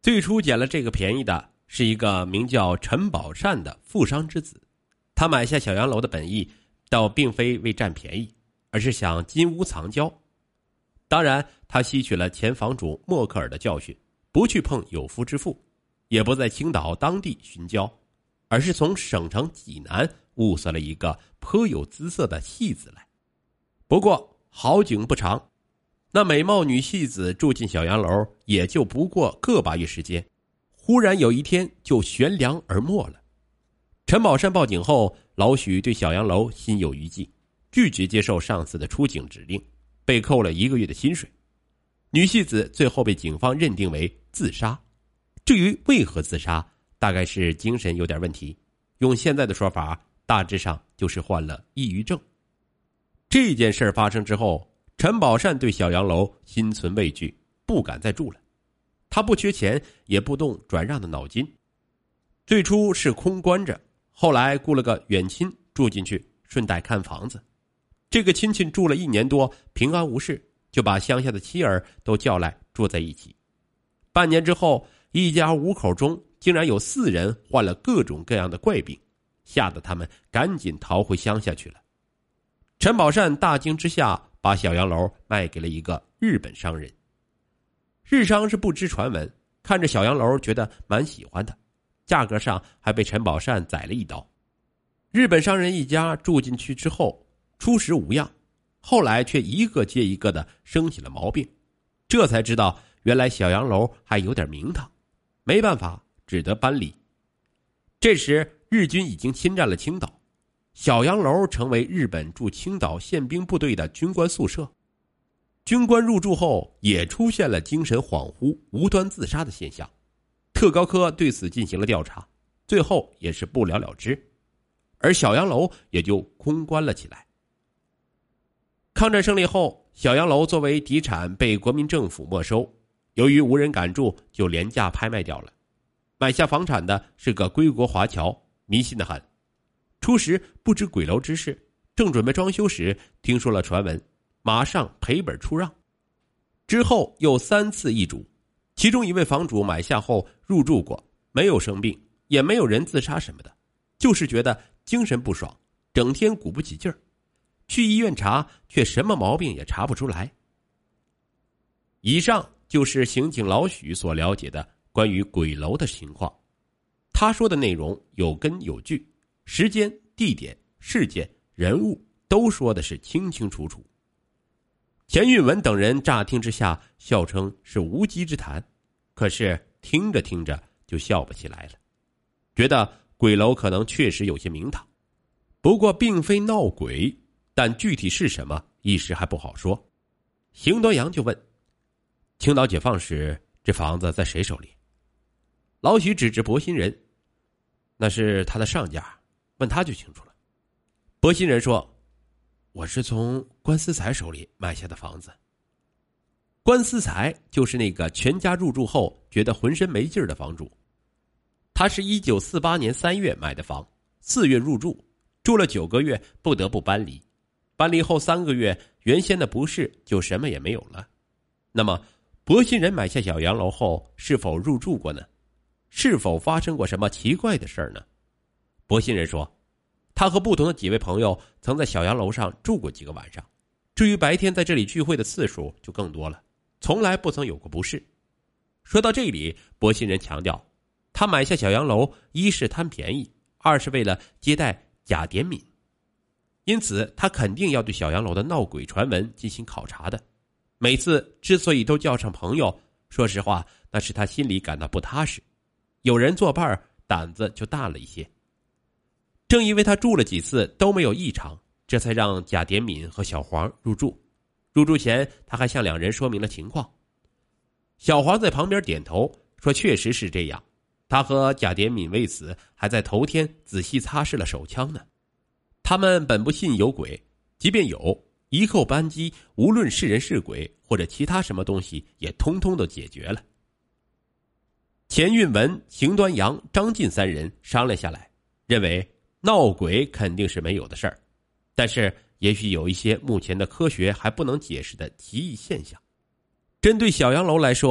最初捡了这个便宜的是一个名叫陈宝善的富商之子，他买下小洋楼的本意倒并非为占便宜，而是想金屋藏娇。当然他吸取了前房主默克尔的教训，不去碰有夫之妇，也不在青岛当地寻娇，而是从省城济南物色了一个颇有姿色的戏子来。不过好景不长，那美貌女戏子住进小洋楼也就不过个把月时间，忽然有一天就悬梁而没了。陈宝善报警后，老许对小洋楼心有余悸，拒绝接受上司的出警指令，被扣了1个月的薪水。女戏子最后被警方认定为自杀，至于为何自杀，大概是精神有点问题，用现在的说法，大致上就是患了抑郁症。这件事发生之后，陈宝善对小洋楼心存畏惧，不敢再住了。他不缺钱，也不动转让的脑筋。最初是空关着，后来雇了个远亲住进去，顺带看房子。这个亲戚住了1年多，平安无事，就把乡下的妻儿都叫来住在一起。半年之后，一家5口中竟然有4人患了各种各样的怪病，吓得他们赶紧逃回乡下去了。陈宝善大惊之下，把小洋楼卖给了一个日本商人。日商是不知传闻，看着小洋楼觉得蛮喜欢的，价格上还被陈宝善宰了一刀。日本商人一家住进去之后，初时无恙，后来却一个接一个的生起了毛病，这才知道原来小洋楼还有点名堂，没办法，只得搬离。这时日军已经侵占了青岛，小洋楼成为日本驻青岛宪兵部队的军官宿舍。军官入住后也出现了精神恍惚、无端自杀的现象，特高科对此进行了调查，最后也是不了了之，而小洋楼也就空关了起来。抗战胜利后，小洋楼作为敌产被国民政府没收，由于无人敢住，就廉价拍卖掉了。买下房产的是个归国华侨，迷信的很。初时不知鬼楼之事，正准备装修时，听说了传闻，马上赔本出让。之后又3次易主，其中一位房主买下后入住过，没有生病，也没有人自杀什么的，就是觉得精神不爽，整天鼓不起劲儿，去医院查，却什么毛病也查不出来。以上就是刑警老许所了解的关于鬼楼的情况，他说的内容有根有据，时间、地点、事件、人物都说的是清清楚楚。钱运文等人乍听之下笑称是无稽之谈，可是听着听着就笑不起来了，觉得鬼楼可能确实有些名堂，不过并非闹鬼，但具体是什么一时还不好说。邢端阳就问，青岛解放时这房子在谁手里？老许指着薄心人，那是他的上家，问他就清楚了。薄心人说，我是从关思才手里买下的房子。关思才就是那个全家入住后觉得浑身没劲儿的房主，他是1948年3月买的房，4月入住，住了9个月，不得不搬离。搬离后3个月，原先的不适就什么也没有了。那么薄心人买下小洋楼后是否入住过呢？是否发生过什么奇怪的事儿呢？薄心人说，他和不同的几位朋友曾在小洋楼上住过几个晚上，至于白天在这里聚会的次数就更多了，从来不曾有过不适。说到这里，薄心人强调，他买下小洋楼，一是贪便宜，二是为了接待贾典敏，因此他肯定要对小洋楼的闹鬼传闻进行考察的。每次之所以都叫上朋友，说实话，那是他心里感到不踏实，有人作伴，胆子就大了一些。正因为他住了几次都没有异常，这才让贾典敏和小黄入住。入住前他还向2人说明了情况。小黄在旁边点头说确实是这样，他和贾典敏为此还在头天仔细擦拭了手枪呢。他们本不信有鬼，即便有，一扣扳机，无论是人是鬼或者其他什么东西也通通都解决了。钱运文、邢端阳、张进3人商量下来，认为闹鬼肯定是没有的事儿，但是也许有一些目前的科学还不能解释的奇异现象。针对小洋楼来说，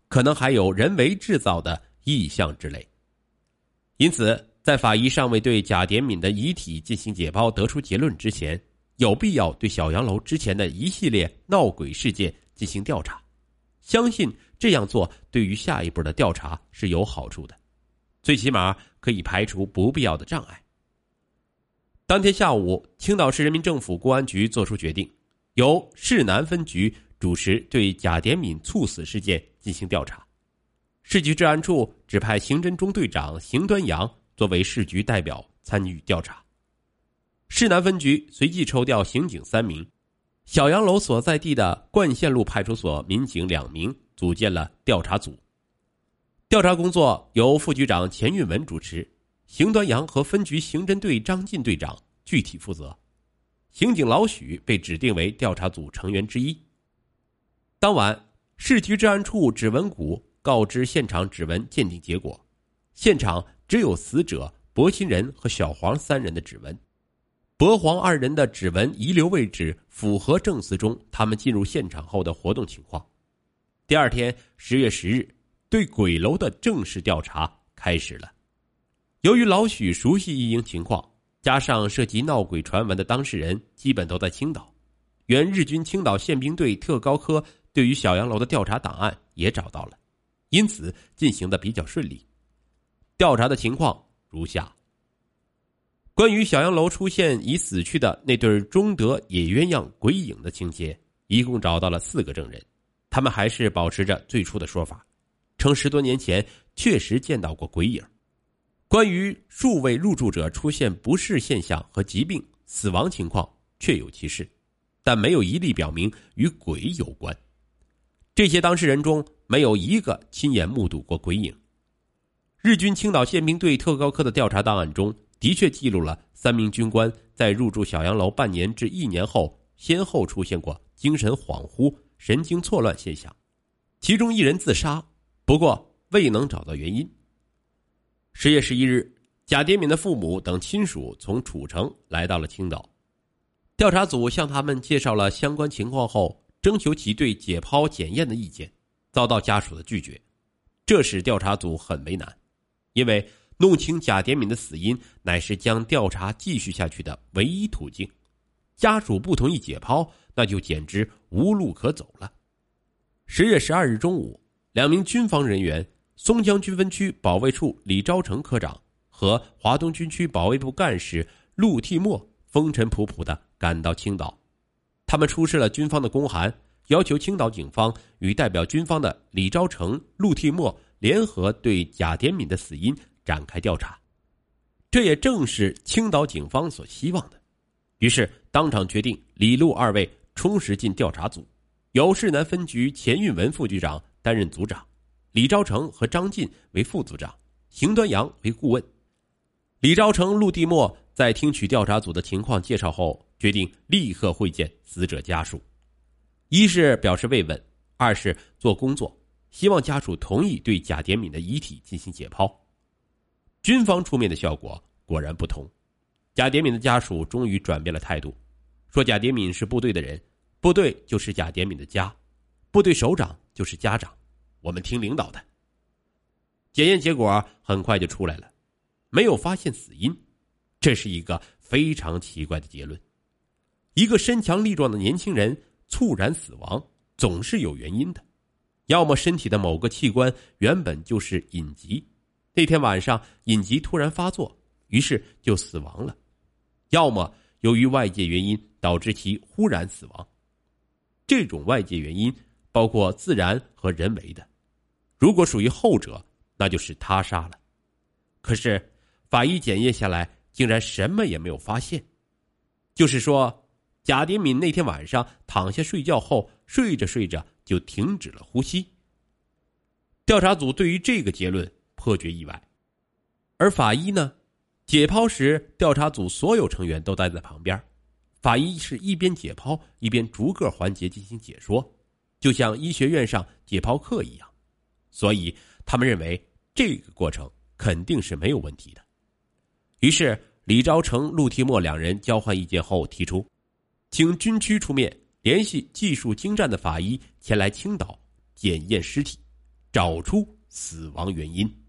可能还有人为制造的异象之类。因此，在法医尚未对贾典敏的遗体进行解剖得出结论之前，有必要对小洋楼之前的一系列闹鬼事件进行调查。相信这样做对于下一步的调查是有好处的，最起码可以排除不必要的障碍。当天下午，青岛市人民政府公安局作出决定，由市南分局主持对贾典敏猝死事件进行调查。市局治安处指派刑侦中队长邢端阳作为市局代表参与调查。市南分局随即抽调刑警3名，小洋楼所在地的冠县路派出所民警2名组建了调查组。调查工作由副局长钱运文主持，邢端阳和分局刑侦队张进队长具体负责。刑警老许被指定为调查组成员之一。当晚，市局治安处指纹股告知现场指纹鉴定结果，现场只有死者薄新仁和小黄3人的指纹，薄黄2人的指纹遗留位置符合证词中他们进入现场后的活动情况。第二天10月10日，对鬼楼的正式调查开始了。由于老许熟悉一营情况，加上涉及闹鬼传闻的当事人基本都在青岛，原日军青岛宪兵队特高科对于小洋楼的调查档案也找到了，因此进行的比较顺利。调查的情况如下：关于小洋楼出现已死去的那对中德野鸳鸯鬼影的情节，一共找到了4个证人，他们还是保持着最初的说法，称10多年前确实见到过鬼影。关于数位入住者出现不适现象和疾病、死亡情况确有其事，但没有一例表明与鬼有关。这些当事人中没有一个亲眼目睹过鬼影。日军青岛宪兵队特高科的调查档案中的确记录了3名军官在入住小洋楼半年至1年后先后出现过精神恍惚、神经错乱现象，其中1人自杀，不过未能找到原因。10月11日，贾典敏的父母等亲属从楚城来到了青岛。调查组向他们介绍了相关情况后，征求其对解剖检验的意见，遭到家属的拒绝，这使调查组很为难，因为弄清贾典敏的死因乃是将调查继续下去的唯一途径。家属不同意解剖，那就简直无路可走了。10月12日中午，2名军方人员，松江军分区保卫处李昭成科长和华东军区保卫部干事陆替默风尘仆仆地赶到青岛。他们出示了军方的公函，要求青岛警方与代表军方的李昭成、陆替默联合对贾典敏的死因展开调查。这也正是青岛警方所希望的。于是当场决定李陆2位充实进调查组，由市南分局钱运文副局长担任组长，李昭成和张进为副组长，邢端阳为顾问。李昭成、陆地默在听取调查组的情况介绍后，决定立刻会见死者家属，一是表示慰问，二是做工作，希望家属同意对贾典敏的遗体进行解剖。军方出面的效果果然不同，贾典敏的家属终于转变了态度，说贾典敏是部队的人，部队就是贾典敏的家，部队首长就是家长，我们听领导的。检验结果很快就出来了，没有发现死因，这是一个非常奇怪的结论。一个身强力壮的年轻人猝然死亡总是有原因的，要么身体的某个器官原本就是隐疾，那天晚上隐疾突然发作，于是就死亡了，要么由于外界原因导致其忽然死亡。这种外界原因包括自然和人为的，如果属于后者，那就是他杀了。可是法医检验下来竟然什么也没有发现，就是说贾典敏那天晚上躺下睡觉后，睡着睡着就停止了呼吸。调查组对于这个结论颇觉意外，而法医呢，解剖时调查组所有成员都待在旁边，法医是一边解剖一边逐个环节进行解说，就像医学院上解剖课一样，所以他们认为这个过程肯定是没有问题的。于是李昭成、陆替默2人交换意见后提出，请军区出面联系技术精湛的法医前来青岛检验尸体， 找出死亡原因。